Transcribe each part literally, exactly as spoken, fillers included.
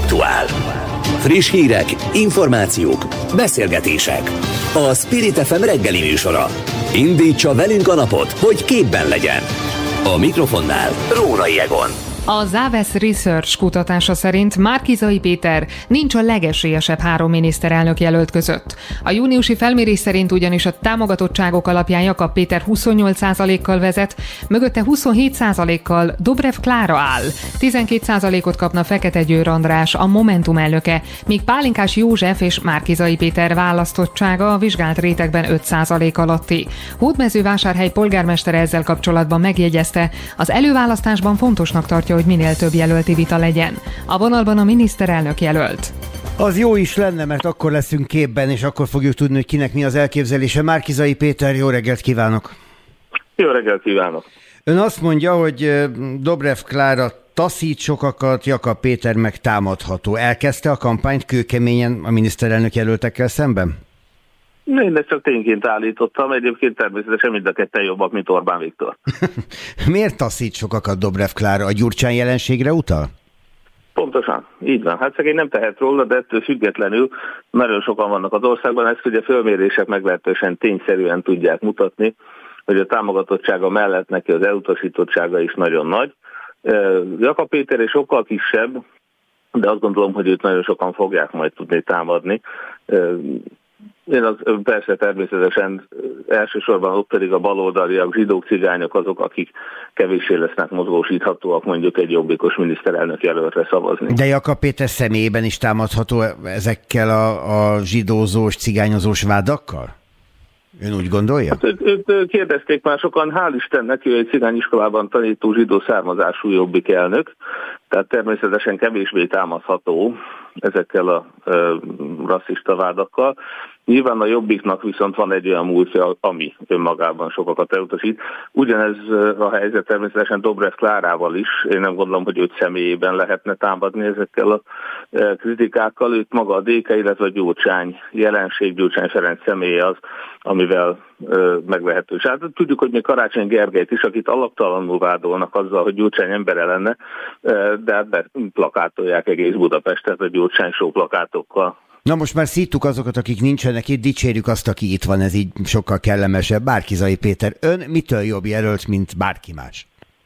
aktuál. Friss hírek, információk, beszélgetések. A Spirit ef em reggeli műsora. Indítsa velünk a napot, hogy képben legyen. A mikrofonnál Rórai Egon. A Závesz Research kutatása szerint Márki-Zay Péter nincs a legesélyesebb három miniszterelnök jelölt között. A júniusi felmérés szerint ugyanis a támogatottságok alapján Jakab Péter huszonnyolc százalékkal vezet, mögötte huszonhét százalékkal Dobrev Klára áll. tizenkét százalékot kapna Fekete Győr András, a Momentum elnöke, míg Pálinkás József és Márki-Zay Péter választottsága a vizsgált rétegben öt százalék alatti. Hódmezővásárhely polgármestere ezzel kapcsolatban megjegyezte, az előválasztásban fontosnak tartja, hogy minél több jelölti vita legyen. A vonalban a miniszterelnök jelölt. Az jó is lenne, mert akkor leszünk képben, és akkor fogjuk tudni, hogy kinek mi az elképzelése. Márki-Zay Péter, jó reggelt kívánok! Jó reggelt kívánok! Ön azt mondja, hogy Dobrev Klára taszít sokakat, Jakab Péter meg támadható. Elkezdte a kampányt kőkeményen a miniszterelnök jelöltekkel szemben? Én ezt csak tényként állítottam, egyébként természetesen mind a ketten jobbak, mint Orbán Viktor. Miért taszít sokakat Dobrev Klára? A Gyurcsány jelenségre utal? Pontosan, így van. Hát szegény nem tehet róla, de ettől függetlenül nagyon sokan vannak az országban, ezt ugye fölmérések meglehetősen tényszerűen tudják mutatni, hogy a támogatottsága mellett neki az elutasítottsága is nagyon nagy. Jakab Péter is sokkal kisebb, de azt gondolom, hogy őt nagyon sokan fogják majd tudni támadni. Én az, persze természetesen elsősorban ott pedig a baloldaliak, zsidók, cigányok azok, akik kevéssé lesznek mozgósíthatóak mondjuk egy jobbikos miniszterelnök jelöltre szavazni. De Jakab Péter személyében is támadható ezekkel a, a zsidózós, cigányozós vádakkal? Ön úgy gondolja? Hát, őt, őt kérdezték már sokan, hál' Istennek, ő egy cigányiskolában tanító zsidó származású jobbik elnök, tehát természetesen kevésbé támadható ezekkel a ö, rasszista vádakkal. Nyilván a jobbiknak viszont van egy olyan múltja, ami önmagában sokakat elutasít. Ugyanez a helyzet természetesen Dobrev Klárával is. Én nem gondolom, hogy őt személyében lehetne támadni ezekkel a kritikákkal. Őt maga a dé ká, illetve a Gyurcsány jelenség, Gyurcsány Ferenc személye az, amivel meglehetős. Hát tudjuk, hogy még Karácsony Gergelyt is, akit alaptalanul vádolnak azzal, hogy Gyurcsány embere lenne, de hát beplakátolják egész Budapestet a Gyurcsány show plakátokkal. Na most már szíttuk azokat, akik nincsenek itt, dicsérjük azt, aki itt van, ez így sokkal kellemesebb. Márki-Zay Péter, ön mitől jobb jelölt, mint bárki más?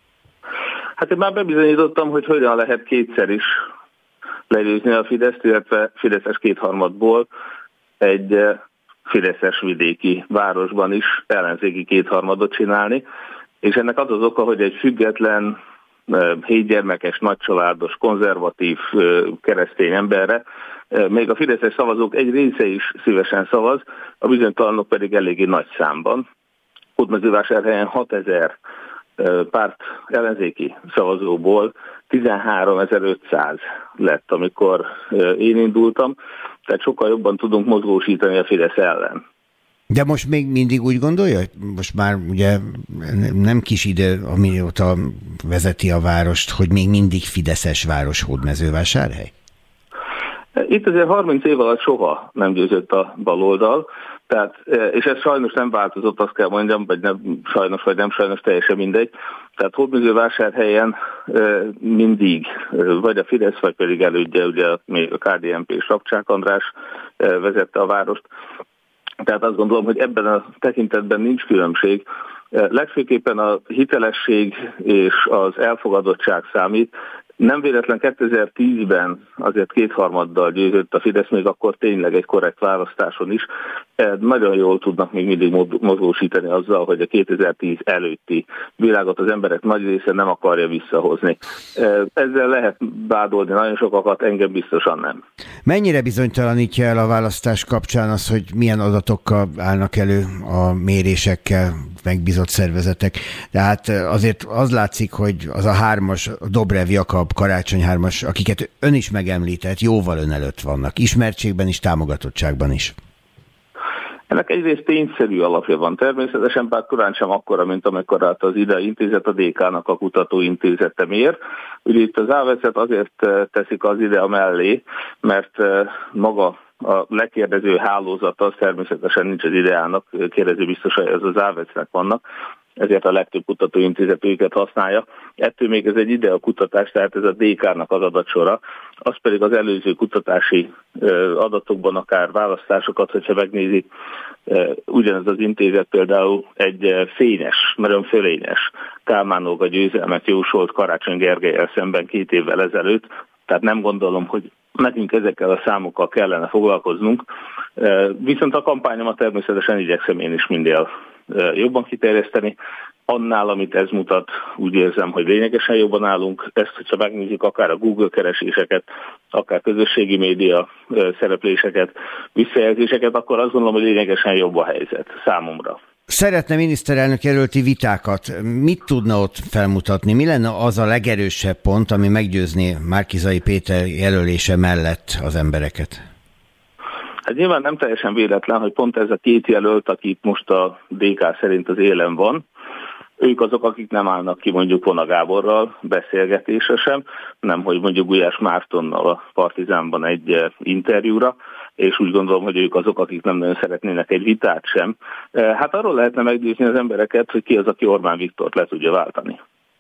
Hát én már bebizonyítottam, hogy hogyan lehet kétszer is legyőzni a Fideszt, illetve fideszes kétharmadból egy fideszes vidéki városban is ellenzéki kétharmadot csinálni, és ennek az az oka, hogy egy független, hétgyermekes, nagycsaládos, konzervatív keresztény emberre még a fideszes szavazók egy része is szívesen szavaz, a bizonytalanok pedig eléggé nagy számban. Hódmezővásárhelyen hatezer párt ellenzéki szavazóból tizenháromezer-ötszáz lett, amikor én indultam, tehát sokkal jobban tudunk mozgósítani a Fidesz ellen. De most még mindig úgy gondolja, most már ugye nem kis idő, amióta vezeti a várost, hogy még mindig fideszes város Hódmezővásárhely? Itt azért harminc év alatt soha nem győzött a baloldal, tehát, és ez sajnos nem változott, azt kell mondjam, vagy nem, sajnos vagy nem sajnos, teljesen mindegy. Tehát Hódmezővásárhelyen mindig, vagy a Fidesz, vagy pedig elődje, ugye még a ká dé en pé és Rabcsák András vezette a várost. Tehát azt gondolom, hogy ebben a tekintetben nincs különbség. Legfőképpen a hitelesség és az elfogadottság számít. Nem véletlen kétezer-tízben azért kétharmaddal győzött a Fidesz, még akkor tényleg egy korrekt választáson is. Nagyon jól tudnak még mindig mozgósítani azzal, hogy a kétezer-tíz előtti világot az emberek nagy része nem akarja visszahozni. Ezzel lehet vádolni nagyon sokakat, engem biztosan nem. Mennyire bizonytalanítja el a választás kapcsán az, hogy milyen adatokkal állnak elő a mérésekkel megbízott szervezetek? Tehát azért az látszik, hogy az a hármas, Dobrev, Jakab, Karácsony hármas, akiket ön is megemlített, jóval ön előtt vannak, ismertségben is, támogatottságban is. Ennek egyrészt tényszerű alapja van természetesen, bár korán sem akkora, mint amikor az ide intézet a dé ká-nak a kutatóintézete mér. Ugye itt az Záveszet azért teszik az ide mellé, mert maga a lekérdező hálózata az természetesen nincs az ideának, kérdező biztos, hogy az az Závesznek vannak, ezért a legtöbb kutatóintézet őket használja. Ettől még ez egy ide a kutatás, tehát ez a dé ká-nak az adatsora, az pedig az előző kutatási adatokban akár választásokat, hogyha megnézi, ugyanez az intézet például egy fényes, nagyon fölényes Kálmán-Olga győzelmet jósolt Karácsony Gergellyel szemben két évvel ezelőtt, tehát nem gondolom, hogy nekünk ezekkel a számokkal kellene foglalkoznunk, viszont a kampányomat természetesen igyekszem én is minél jobban kiterjeszteni. Annál, amit ez mutat, úgy érzem, hogy lényegesen jobban állunk. Ezt, hogyha megnézzük akár a Google kereséseket, akár közösségi média szerepléseket, visszajelzéseket, akkor azt gondolom, hogy lényegesen jobb a helyzet számomra. Szeretne miniszterelnök jelölti vitákat. Mit tudna ott felmutatni? Mi lenne az a legerősebb pont, ami meggyőzné Márki-Zay Péter jelölése mellett az embereket? Hát nyilván nem teljesen véletlen, hogy pont ez a két jelölt, aki most a dé ká szerint az élen van, ők azok, akik nem állnak ki mondjuk Vona Gáborral beszélgetésre sem, nem hogy mondjuk Gulyás Mártonnal a Partizánban egy interjúra, és úgy gondolom, hogy ők azok, akik nem nagyon szeretnének egy vitát sem. Hát arról lehetne meggyőzni az embereket, hogy ki az, aki Orbán Viktort le tudja váltani.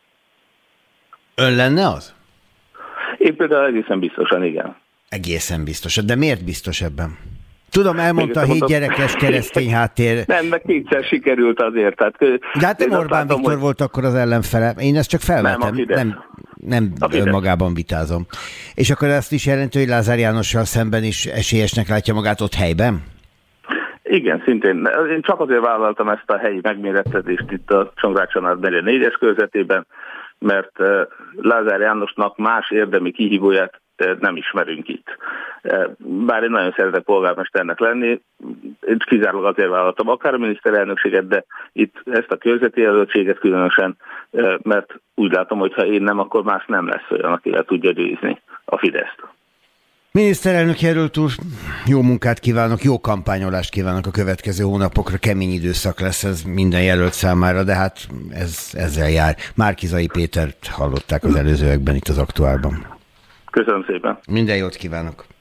Ön lenne az? Én például egészen biztosan igen. Egészen biztos. De miért biztos ebben? Tudom, elmondta a hét gyerekes keresztény háttér. Nem, meg kétszer sikerült azért. Tehát, de hát nem Orbán látom, Viktor hogy... volt akkor az ellenfele. Én ezt csak felvetem. Nem, nem, nem önmagában vitázom. És akkor azt is jelenti, hogy Lázár Jánossal szemben is esélyesnek látja magát ott helyben? Igen, szintén. Én csak azért vállaltam ezt a helyi megmérettetést itt a Csongrád-Csanád megye négyes körzetében, mert Lázár Jánosnak más érdemi kihívóját nem ismerünk itt. Bár én nagyon szeretek polgármesternek lenni, én kizárólag azért vállaltam akár a miniszterelnökséget, de itt ezt a körzeti jelöltséget különösen, mert úgy látom, hogy ha én nem, akkor más nem lesz olyan, aki el tudja győzni a Fideszt. Miniszterelnök jelölt úr, jó munkát kívánok, jó kampányolást kívánok a következő hónapokra, kemény időszak lesz ez minden jelölt számára, de hát ez, ezzel jár. Márki-Zay Pétert hallották az előzőekben itt az Aktuálban. Köszönöm szépen. Minden jót kívánok.